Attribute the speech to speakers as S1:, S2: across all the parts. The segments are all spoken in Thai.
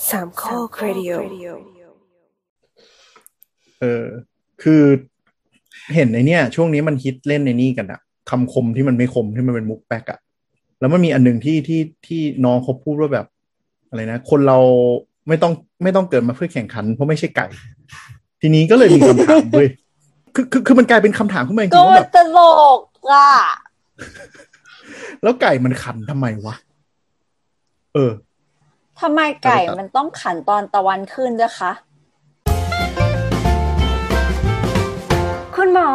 S1: สามข้อครดิโอ
S2: คือเห็นในเนี่ยช่วงนี้มันฮิตเล่นในนี่กันอะคำคมที่มันไม่คมที่มันเป็นมุกแป๊กอะแล้วมันมีอันหนึ่งที่น้องเขาพูดว่าแบบอะไรนะคนเราไม่ต้องเกิดมาเพื่อแข่งขันเพราะไม่ใช่ไก่ทีนี้ก็เลยมีคำถามด้วยคือมันกลายเป็นคำถามขึ้นมาจริงๆว่าแบบ
S3: ตลกอ่ะ
S2: แล้วไก่มันขันทำไมวะ
S3: ทำไมไก่มันต้องขันตอนตะวันขึ้นด้วยคะ
S1: คุณหมอ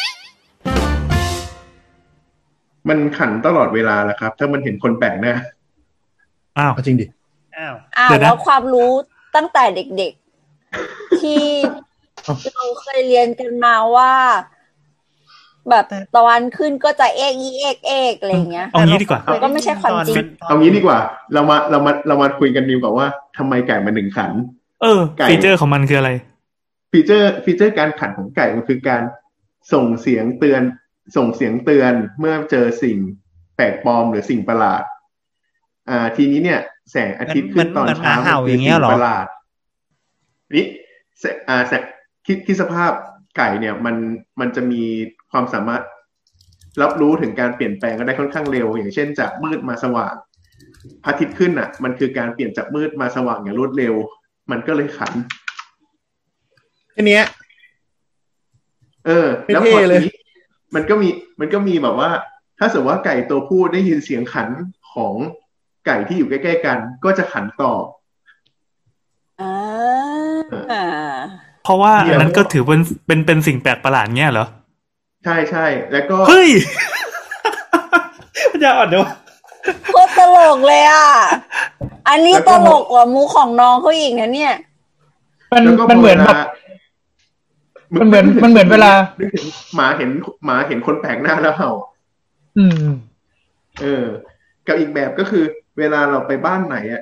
S4: มันขันตลอดเวลาแหละครับถ้ามันเห็นคนแปลกหน้า
S2: จริงดิ
S3: อ้าวแล้วความรู้ตั้งแต่เด็กๆที่เราเคยเรียนกันมาว่าแบบตะวันขึ้นก็จะเอกอะไรเงี้ย
S5: เอางี้ดีกว่า
S3: ก็ไม่ใช่ความจริง
S4: เอางี้ดีกว่าเรามาคุยกันดีกว่าว่าทำไมไก่มันถึงขัน
S5: ฟีเจอร์ของมันคืออะไร
S4: ฟีเจอร์การขันของไก่มันคือการส่งเสียงเตือนเมื่อเจอสิ่งแปลกปลอมหรือสิ่งประหลาดทีนี้เนี่ยแสงอาทิตย์ขึ้นตอนเช้า
S6: คือสิ่ง
S4: ประหลาดนี่คิดสภาพไก่เนี่ยมันจะมีความสามารถรับรู้ถึงการเปลี่ยนแปลงก็ได้ค่อนข้างเร็วอย่างเช่นจากมืดมาสว่างพระอาทิตย์ขึ้นอ่ะมันคือการเปลี่ยนจากมืดมาสว่างอย่างรวดเร็วมันก็เลยขัน
S2: อันเนี้ย
S4: แล้วพอนี้มันก็มีแบบว่าถ้าสมมติว่าไก่ตัวผู้ได้ยินเสียงขันของไก่ที่อยู่ใกล้ๆกันก็จะขันต่อ
S5: เพราะว่าอันนั้นก็ถือเป็นสิ่งแปลกประหลาดเงี้ยเหรอ
S4: ใช่แล้วก็
S5: เฮ้ยอย่าอ่อนเดี๋ยว
S3: โคตรตลกเลยอ่ะอันนี้ตลกกว่ามูของน้องเขาอีกนะเนี่ย
S6: มันเหมือนแบบมันเหมือนเวลา
S4: หมาเห็นคนแปลกหน้าแล้วเห่ากับอีกแบบก็คือเวลาเราไปบ้านไหนอ่ะ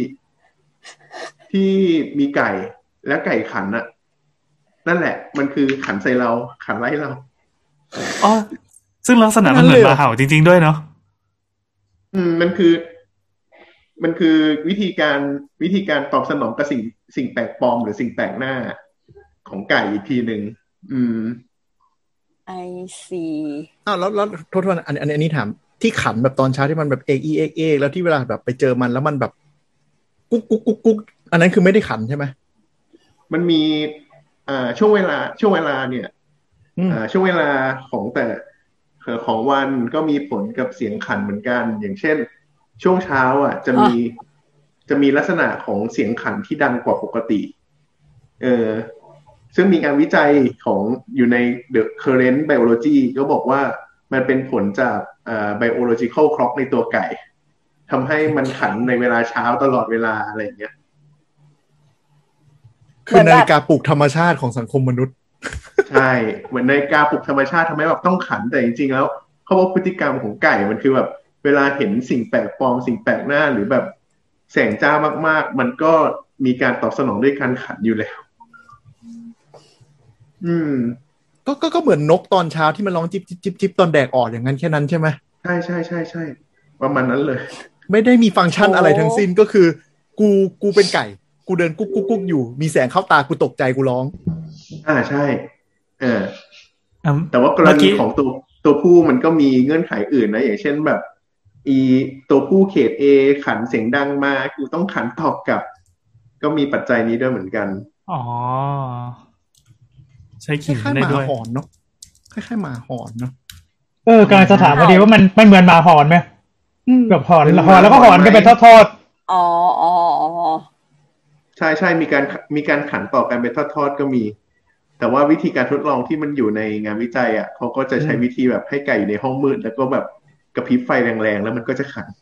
S4: ที่มีไก่แล้วไก่ขันอ่ะนั่นแหละมันคือขันใส่เราขันไล่เรา
S5: ซึ่งลักษณะมันเหมือนหมาเห่าจริงๆด้วยเนาะ
S4: มันคือวิธีการตอบสนองกับสิ่งแปลกปลอมหรือสิ่งแปลกหน้าของไก่อีกทีหนึ่ง
S3: I see
S2: แล้วโทษอันนี้ถามที่ขันแบบตอนเช้าที่มันแบบเอกแล้วที่เวลาแบบไปเจอมันแล้วมันแบบกุ๊กอันนั้นคือไม่ได้ขันใช่ไหม
S4: มันมีช่วงเวลาเนี่ยช่วงเวลาของแต่ของวันก็มีผลกับเสียงขันเหมือนกันอย่างเช่นช่วงเช้าจะมีลักษณะของเสียงขันที่ดังกว่าปกติซึ่งมีการวิจัยของอยู่ใน The Current Biology ก็บอกว่ามันเป็นผลจากbiological clock ในตัวไก่ทำให้มันขันในเวลาเช้าตลอดเวลาอะไรอย่างเงี้ย
S2: คือนาฬิกาปลุกธรรมชาติของสังคมมนุษย์
S4: ใช่เหมือนนาฬิกาปลุกธรรมชาติทำให้แบบต้องขันแต่จริงๆแล้วเขาบอกพฤติกรรมของไก่มันคือแบบเวลาเห็นสิ่งแปลกปลอมสิ่งแปลกหน้าหรือแบบแสงจ้ามากๆมันก็มีการตอบสนองด้วยการขันอยู่แล้ว
S2: ก็เหมือนนกตอนเช้าที่มันร้องจิบตอนแดดออกอย่างนั้นแค่นั้นใช่ไหม
S4: ใช่ประมาณนั้นเลย
S2: ไม่ได้มีฟังก์ชันอะไรทั้งสิ้นก็คือกูเป็นไก่กูเดินกุ๊กอยู่มีแสงเข้าตากูตกใจกูร้อง
S4: ใช่แต่ว่ากรณีของตัวผู้มันก็มีเงื่อนไขอื่นนะอย่างเช่นแบบตัวผู้เขต A ขันเสียงดังมากูต้องขันตอบกลับก็มีปัจจัยนี้ด้วยเหมือนกัน
S5: ใช้ขิงได้ด้วย
S2: หอนเนาะคล้ายๆหมาหอนเนาะ
S6: กำลังจะถามพอดีว่ามันเหมือนหมาหอนไหมแบบหอนแล้วก็หอนกันเป็นทอด
S4: ใช่มีการขันต่อกันเป็นทอดก็มีแต่ว่าวิธีการทดลองที่มันอยู่ในงานวิจัยเขาก็จะใช้วิธีแบบให้ไก่อยู่ในห้องมืดแล้วก็แบบกระพริบไฟแรงๆแล้วมันก็จะขัน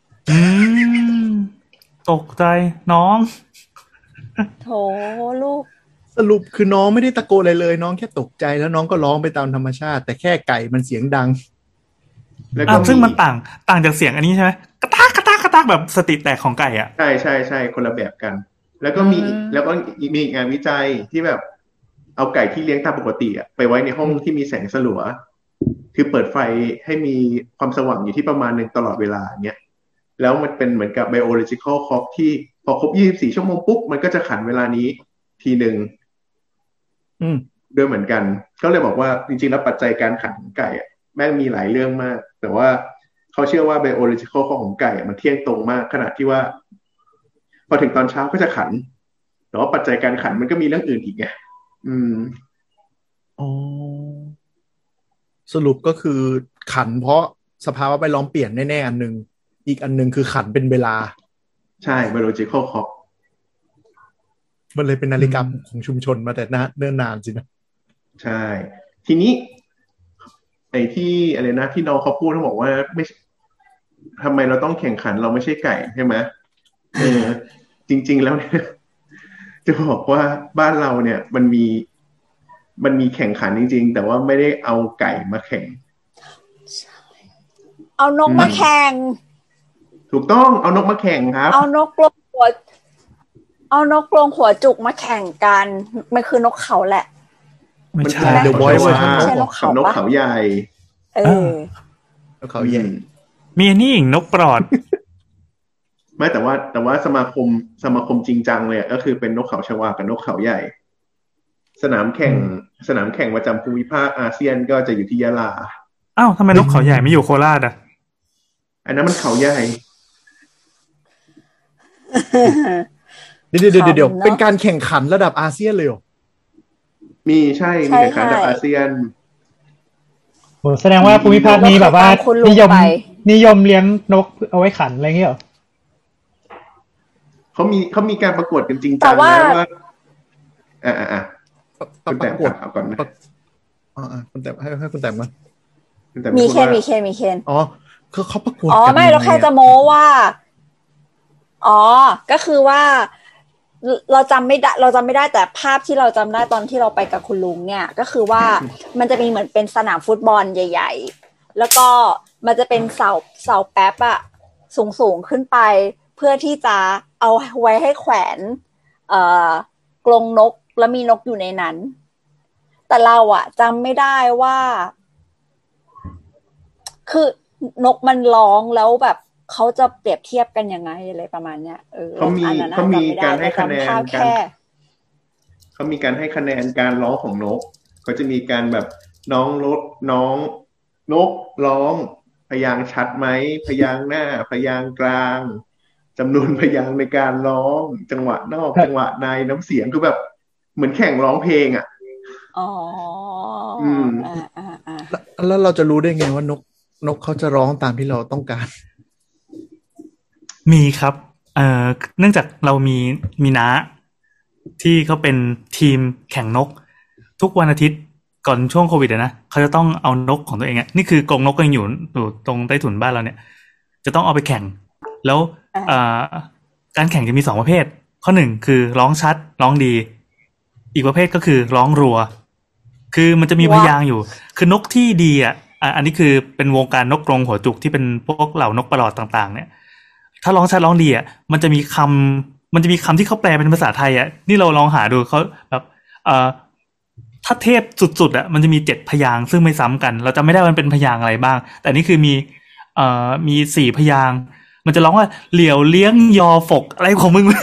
S5: ตกใจน้อง
S3: โถลูก
S2: สรุปคือน้องไม่ได้ตะโกนอะไรเลยน้องแค่ตกใจแล้วน้องก็ร้องไปตามธรรมชาติแต่แค่ไก่มันเสียงดัง
S5: แล้วก็ซึ่งมันต่างจากเสียงอันนี้ใช่ไหมกระตากแบบสติแตกของไก่อ่ะ
S4: ใช่คนละแบบกันแล้วก็มีงานวิจัยที่แบบเอาไก่ที่เลี้ยงตามปกติไปไว้ในห้องที่มีแสงสลัวคือเปิดไฟให้มีความสว่างอยู่ที่ประมาณนึงตลอดเวลาเงี้ยแล้วมันเป็นเหมือนกับ biological clock ที่พอครบ24ชั่วโมงปุ๊บมันก็จะขันเวลานี้ทีหนึ่งด้วยเหมือนกันก็เลยบอกว่าจริงๆแล้วปัจจัยการขันของไก่อะแม่งมีหลายเรื่องมากแต่ว่าเขาเชื่อว่า biological clock ของไก่มันเที่ยงตรงมากขนาดที่ว่าพอถึงตอนเช้าก็จะขันแต่ว่าปัจจัยการขันมันก็มีเรื่องอื่นอีกไง
S2: อ๋อสรุปก็คือขันเพราะสภาวะแวดล้อมเปลี่ยนแน่ๆอันนึงอีกอันนึงคือขันเป็นเวลา
S4: ใช่ biological clock
S2: มันเลยเป็นนาฬิกาของชุมชนมาแต่เนิ่นนานสินะ
S4: ใช่ทีนี้ไอ้ที่อะไรนะที่น้องเขาพูดเขาบอกว่าไม่ทำไมเราต้องแข่งขันเราไม่ใช่ไก่ใช่ไหมจริงๆแล้วเนี่ยจะบอกว่าบ้านเราเนี่ยมันมีแข่งขันจริงๆแต่ว่าไม่ได้เอาไก่มาแข่ง
S3: เอานกมาแข่ง
S4: ถูกต้องเอานกมาแข่งครับ
S3: เอานกกรงหัวจุกมาแข่งกันมันคือนกเขาแหละ
S2: ไม่ใช่เดี๋ยวบอยว่า
S3: ใช่นก
S4: เขาใหญ่
S2: นกเขาใหญ่
S5: มีอันนี้อีกนกปลอด
S4: ไม่แต่ว่าสมาคมจริงจังเลยก็คือเป็นนกเขาชวากับนกเขาใหญ่สนามแข่งประจำภูมิภาคอาเซียนก็จะอยู่ที่ยะลา
S5: อ้าวทำไมนกเขาใหญ่ไม่อยู่โคราชอ่ะ
S4: อันนั้นมันเขาใหญ่
S2: เดี๋ยวเป็นการแข่งขันระดับอาเซียนเลยเหรอ
S4: มีใช่มีแข่งขันระดับอาเซียน
S6: โหแสดงว่าภูมิภาคนี้แบบว่านิยมเลี้ยงนกเอาไว้ขันอะไรเงี้ยเหรอ
S4: เขามีการประกวดกันจริงจังนะว่าคุณแต่งเอาก่อนนะ
S2: คุณแต่งให้คุณแต่งมา
S3: มีเคน
S2: อ๋อเขาประกวด
S3: ไม่เราแค่จะโม้ว่าก็คือว่าเราจำไม่ได้แต่ภาพที่เราจำได้ตอนที่เราไปกับคุณลุงเนี่ยก็คือว่ามันจะมีเหมือนเป็นสนามฟุตบอลใหญ่ๆแล้วก็มันจะเป็นเสาแป๊บอะสูงขึ้นไปเพื่อที่จะเอาไว้ให้แขวนกรงนกแล้วมีนกอยู่ในนั้นแต่เราอะจำไม่ได้ว่าคือนกมันร้องแล้วแบบเขาจะเปรียบเทียบกันยังไงอะไรประมาณเนี้ย
S4: เขามีการให้คะแนนเขามีการให้คะแนนการร้องของนกเขาจะมีการแบบน้องนกร้องพยางค์ชัดไหมพยางค์หน้าพยางค์กลางจำนวนพยางค์ในการร้องจังหวะนอกจังหวะในน้ำเสียงคือแบบเหมือนแข่งร้องเพลงอ่ะ
S2: แล้วเราจะรู้ได้ไงว่านกเขาจะร้องตามที่เราต้องการ
S5: มีครับเนื่องจากเรามีน้าที่เขาเป็นทีมแข่งนกทุกวันอาทิตย์ก่อนช่วงโควิดนะเขาจะต้องเอานกของตัวเองนี่คือกรงนกก็ยังอยู่ตรงใต้ถุนบ้านเราเนี่ยจะต้องเอาไปแข่งแล้วการแข่งจะมี2ประเภทข้อ1คือร้องชัดร้องดีอีกประเภทก็คือร้องรัวคือมันจะมีพยางค์อยู่คือนกที่ดีอันนี้คือเป็นวงการนกกรงหัวจุกที่เป็นพวกเหล่านกประหลอดต่างๆเนี่ยถ้าร้องชัดร้องดีมันจะมีคำที่เขาแปลเป็นภาษาไทยนี่เราลองหาดูเขาแบบถ้าเทพสุดๆมันจะมี7พยางค์ซึ่งไม่ซ้ำกันเราจะไม่ได้มันเป็นพยางค์อะไรบ้างแต่นี่คือมี4พยางค์มันจะร้องว่าเหลียวเลี้ยงยอฝกอะไรของมึง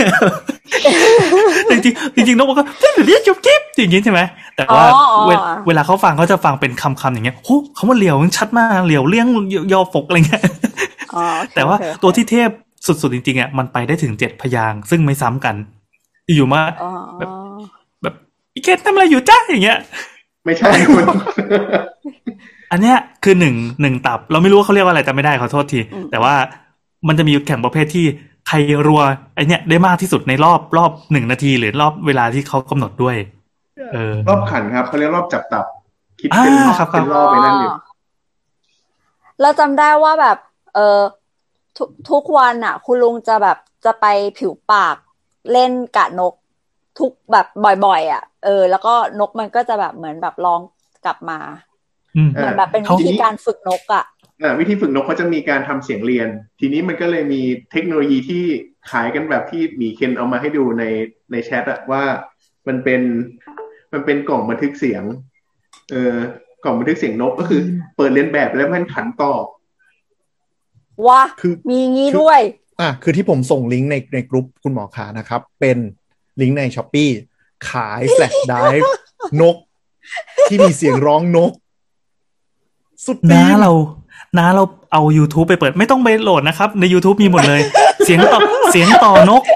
S5: จริงนกมันก็เลี้ยงจุ๊บจิ๊บอย่างงี้ใช่ไหมแต่ว่าเวลาเขาฟังเขาจะฟังเป็นคำอย่างเงี้ยโอ้คำว่าเหลียวมันชัดมากเหลียวเลี้ยงยอฝกอะไรเงี้ยแต่ว่าตัวที่เทพสุดๆจริงๆมันไปได้ถึง7พยางค์ซึ่งไม่ซ้ำกันอยู่มาแบบอีเกตทำอะไรอยู่จ้าอย่างเงี้ย
S4: ไม่ใช่
S5: อันเนี้ยคือหนึ่งตับเราไม่รู้ว่าเขาเรียกว่าอะไรจำไม่ได้ขอโทษทีแต่ว่ามันจะมีแข่งประเภทที่ใครรัวไอเนี้ยได้มากที่สุดในรอบ1นาทีหรือรอบเวลาที่เขากำหนดด้วย
S4: รอบขันครับเขาเรียกรอบจับตับคิดเป็นรอบไปนั่นอยู่
S3: เราจำได้ว่าแบบทุกวันคุณลุงจะไปผิวปากเล่นกะนกทุกแบบบ่อยๆแล้วก็นกมันก็จะแบบเหมือนแบบร้องกลับมาเหมือนแบบเป็นวิธีการฝึกนก
S4: วิธีฝึกนกเขาจะมีการทำเสียงเรียนทีนี้มันก็เลยมีเทคโนโลยีที่ขายกันแบบที่หมีเคนเอามาให้ดูในแชทว่ามันเป็นกล่องบันทึกเสียงกล่องบันทึกเสียงนกก็คือเปิดเรียนแบบแล้วมันขันตอบ
S3: ว้า
S2: คือ
S3: มีงี้ด้วย
S2: คือที่ผมส่งลิงก์ในกลุ่มคุณหมอขานะครับ เป็นลิงก์ใน Shopee ขายแฟลชไดรฟ์นกที่มีเสียงร้องนกสุดปี๊ด
S5: น้าเราเอา YouTube ไปเปิดไม่ต้องไปโหลดนะครับใน YouTube มีหมดเลย เสียงต่อนก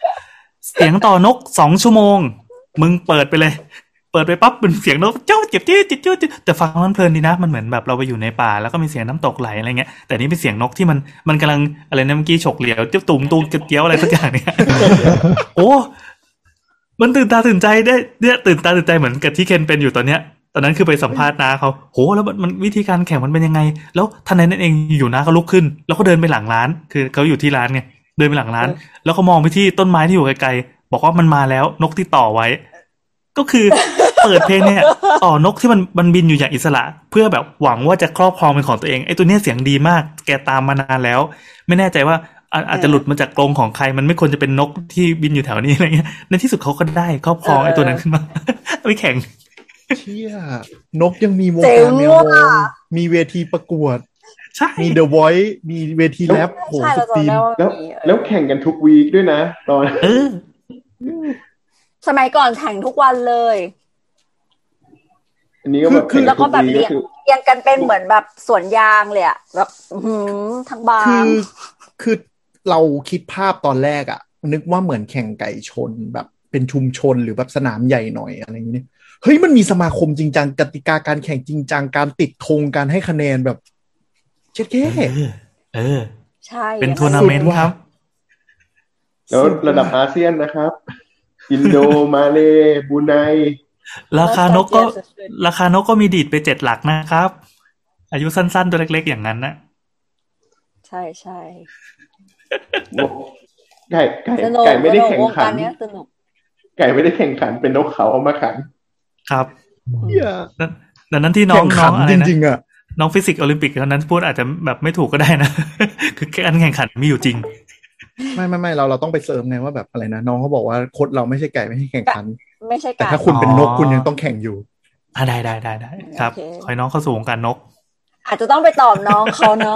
S5: 2 ชั่วโมงมึงเปิดไปเลยเปิดไปปั๊บเป็นเสียงนกเจ้าเจ็บจี๊ดแต่ฟังมันเพลินดีนะมันเหมือนแบบเราไปอยู่ในป่าแล้วก็มีเสียงน้ำตกไหลอะไรเงี้ยแต่นี่เป็นเสียงนกที่มันกำลังอะไรนะเมื่อกี้ฉกเหลียวเจ้าตุ่มตูเจี๊ยวอะไรสักอย่างเนี่ย โอ้มันตื่นตาตื่นใจได้เนี่ยตื่นตาตื่นใจเหมือนกับที่เคนเป็นอยู่ตอนเนี้ยตอนนั้นคือไปสัมภาษณ์น้าเขาโหแล้วมันวิธีการแข่งมันเป็นยังไงแล้วทันใดนั้นเองอยู่น้าเขาลุกขึ้นแล้วก็เดินไปหลังร้านคือเขาอยู่ที่ร้านไงเดินไปหลังร้านแล้วก็มองไปที่ต้นไม้ที่อยู่ไกลๆบอกว่ามันมาแล้วนกที่ต่อไว้ก็คือ เปิดเพลงเนี่ยต่อนกที่มันบินอยู่อย่างอิสระเพื่อแบบหวังว่าจะครอบครองเป็นของตัวเองไอ้ตัวเนี้ยเสียงดีมากแกตามมานานแล้วไม่แน่ใจว่าอาจจะหลุดมาจากกรงของใครมันไม่ควรจะเป็นนกที่บินอยู่แถวนี้อะไรเงี้ยในที่สุดเขาก็ได้ครอบครองไอ้ตัวนั้นขึ้นมาไปแข่ง
S2: เชี่ยนกยังมีวงการแมวมองมีเวทีประกวด
S5: ใช่
S2: มี The Voice มีเวทีแรปโหสุดตีน
S4: แล้วแข่งกันทุกวีคด้วยนะตอน
S3: สมัยก่อนแข่งทุกวันเลย
S4: อันนี้ก็แบบ
S3: แล้วก็แบบเรียงกันเป็นเหมือนแบบสวนยางเลยอะแบบทั้งบาง
S2: คือเราคิดภาพตอนแรกอะนึกว่าเหมือนแข่งไก่ชนแบบเป็นชุมชนหรือแบบสนามใหญ่หน่อยอะไรอย่างนี้เฮ้ยมันมีสมาคมจริงจังกติกาการแข่งจริงจังการติดธงการให้คะแนนแบบเช็ดแค่
S3: ใช่
S5: เป็นทัวร์นาเมนต์ครับ
S4: แล้วระดับอาเซียนนะครับอินโดมาเลบรูไน
S5: ราคานกก็มีดีดไป7 หลักนะครับอายุสั้นๆตัวเล็กๆอย่างนั้นนะ
S3: ใช่ใช่
S4: ไก่ไม่ได้แข่งขันไก่ไม่ได้แข่งขันเป็นนกเขาเอามาขัน
S5: ครับดังนั้นที่น้องอะไรนะ
S2: จริงๆอ่ะ
S5: น้องฟิสิกส์โอลิมปิกนั้นพูดอาจจะแบบไม่ถูกก็ได้นะ คือการแข่งขันมีอยู่จริง
S2: ไม่เราต้องไปเสริมไงว่าแบบอะไรนะน้องเขาบอกว่าโค้ชเราไม่ใช่ไก่ไม่ใช่แข่งขัน
S3: ไม่ใช่
S2: แต่ถ้าคุณเป็นนกคุณยังต้องแข่งอยู่
S5: ได้ครับขอให้น้องเข้าสู่วงการนก
S3: อาจจะต้องไปตอบน้องเขาเนาะ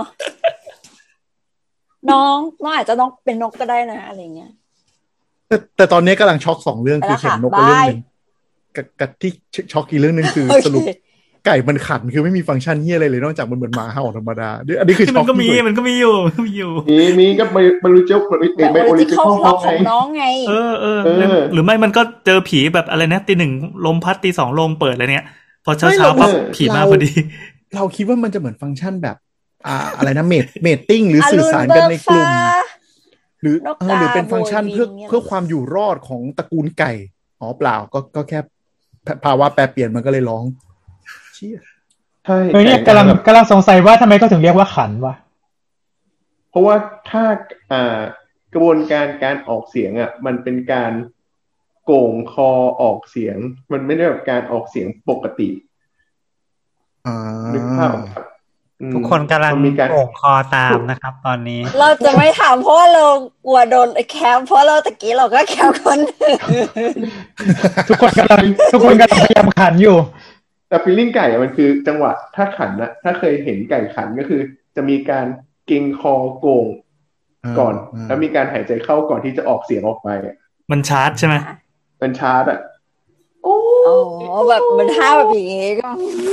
S3: น้องอาจจะต้องเป็นนกก็ได้นะอะไรเงี้ย
S2: แต่ตอนนี้กำลังช็อก2 เรื่องคือแข่งนกเรื่องนึงกับที่ช็อกอีกเรื่องนึงคือสรุปไก่มันขันคือไม่มีฟังก์ชันเหี้ยอะไรเลยนอกจากมันเหมือนหมาเห่าธรรมดาอันนี้คือช็อก
S5: มันก็มีอยู่
S4: มีก็ไม่รู้จะไม่โอริจินอล
S3: ของน้องไง
S5: หรือไม่มันก็เจอผีแบบอะไรนะตี 1ลมพัดตี 2ลมเปิดอะไรเนี้ยพอเช้าปั๊บผีมาพอดี
S2: เราคิดว่ามันจะเหมือนฟังก์ชันแบบอะไรนะเมทติ้งหรือสื่อสารกันในกลุ่มหรือเป็นฟังก์ชันเพื่อความอยู่รอดของตระกูลไก่เปล่าก็แค่ภาวะแปรเปลี่ยนมันก็เลยร้องเชี่ย
S4: ใช่
S6: เนี่ยกำลังสงสัยว่าทำไมก็ถึงเรียกว่าขันวะ
S4: เพราะว่าถ้ากระบวนการออกเสียงอ่ะมันเป็นการโก่งคอออกเสียงมันไม่ได้แบบการออกเสียงปกตินึกภาพครับ
S7: ทุกคนกำลังโก่งคอตามนะครับตอนนี้
S3: เราจะไม่ถามเพราะเรากลัวโดนแคมเพราะเราตะกี้เราก็แคมคน
S6: ทุกคนกำลังพยายามขันอยู่
S4: แต่ฟีลลิ่งไก่มันคือจังหวะถ้าขันนะถ้าเคยเห็นไก่ขันก็คือจะมีการเกร็งคอโก่งก่อนแล้วมีการหายใจเข้าก่อนที่จะออกเสียงออกไป
S5: มันชาร์จใช่ไหม
S4: มันชาร์จอ่ะ
S3: โอ้แบบมันท่าแบบอย่างงี้ก็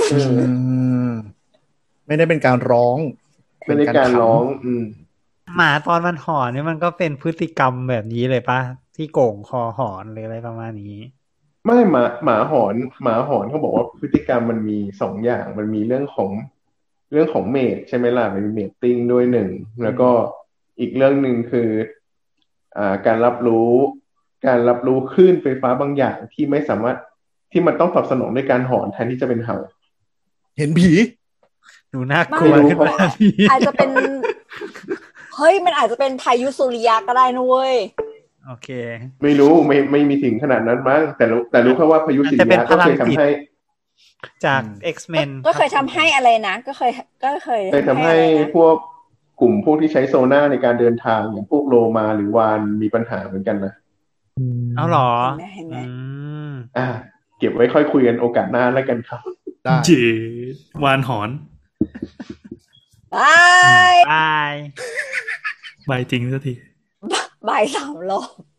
S2: ไม่ได้เป็นการร้อง
S4: ไม่ได้การร้อง
S7: หมาตอนมันหอนนี่มันก็เป็นพฤติกรรมแบบนี้เลยป่ะที่โก่งคอหอนหรืออะไรประมาณนี้
S4: ไม่หมาหอนเขาบอกว่าพฤติกรรมมันมี2 อย่างมันมีเรื่องของเมทใช่ไหมล่ะมันมีเมทติ้งด้วย1แล้วก็อีกเรื่องนึงคือการรับรู้คลื่นไฟฟ้าบางอย่างที่ไม่สามารถที่มันต้องตอบสนองด้วยการหอนแทนที่จะเป็นเห่า
S2: เห็นผี
S7: ดูน่ากลัวขึ้นมา
S3: อาจจะเป็นเฮ้ยมันอาจจะเป็นพายุสุริยะก็ได้นะเว้ย
S7: โอเค
S4: ไม่รู้ไม่มีถึงขนาดนั้นมั้งแต่รู้แค่ว่าพายุสุริยะก็เคยทำให้
S7: จาก X-Men
S3: ก็เคยทำให้อะไรนะก็เคย
S4: ทำให้พวกกลุ่มพวกที่ใช้โซน่าในการเดินทางอย่างพวกโลมาหรือวานมีปัญหาเหมือนกันนะ
S7: เอาหรอ
S4: เก็บไว้ค่อยคุยกันโอกาสหน้าแล้วกันครับ
S5: ได้วานหอน
S3: บาย
S5: ใบจริงสักที
S3: บ่าย3 รอบ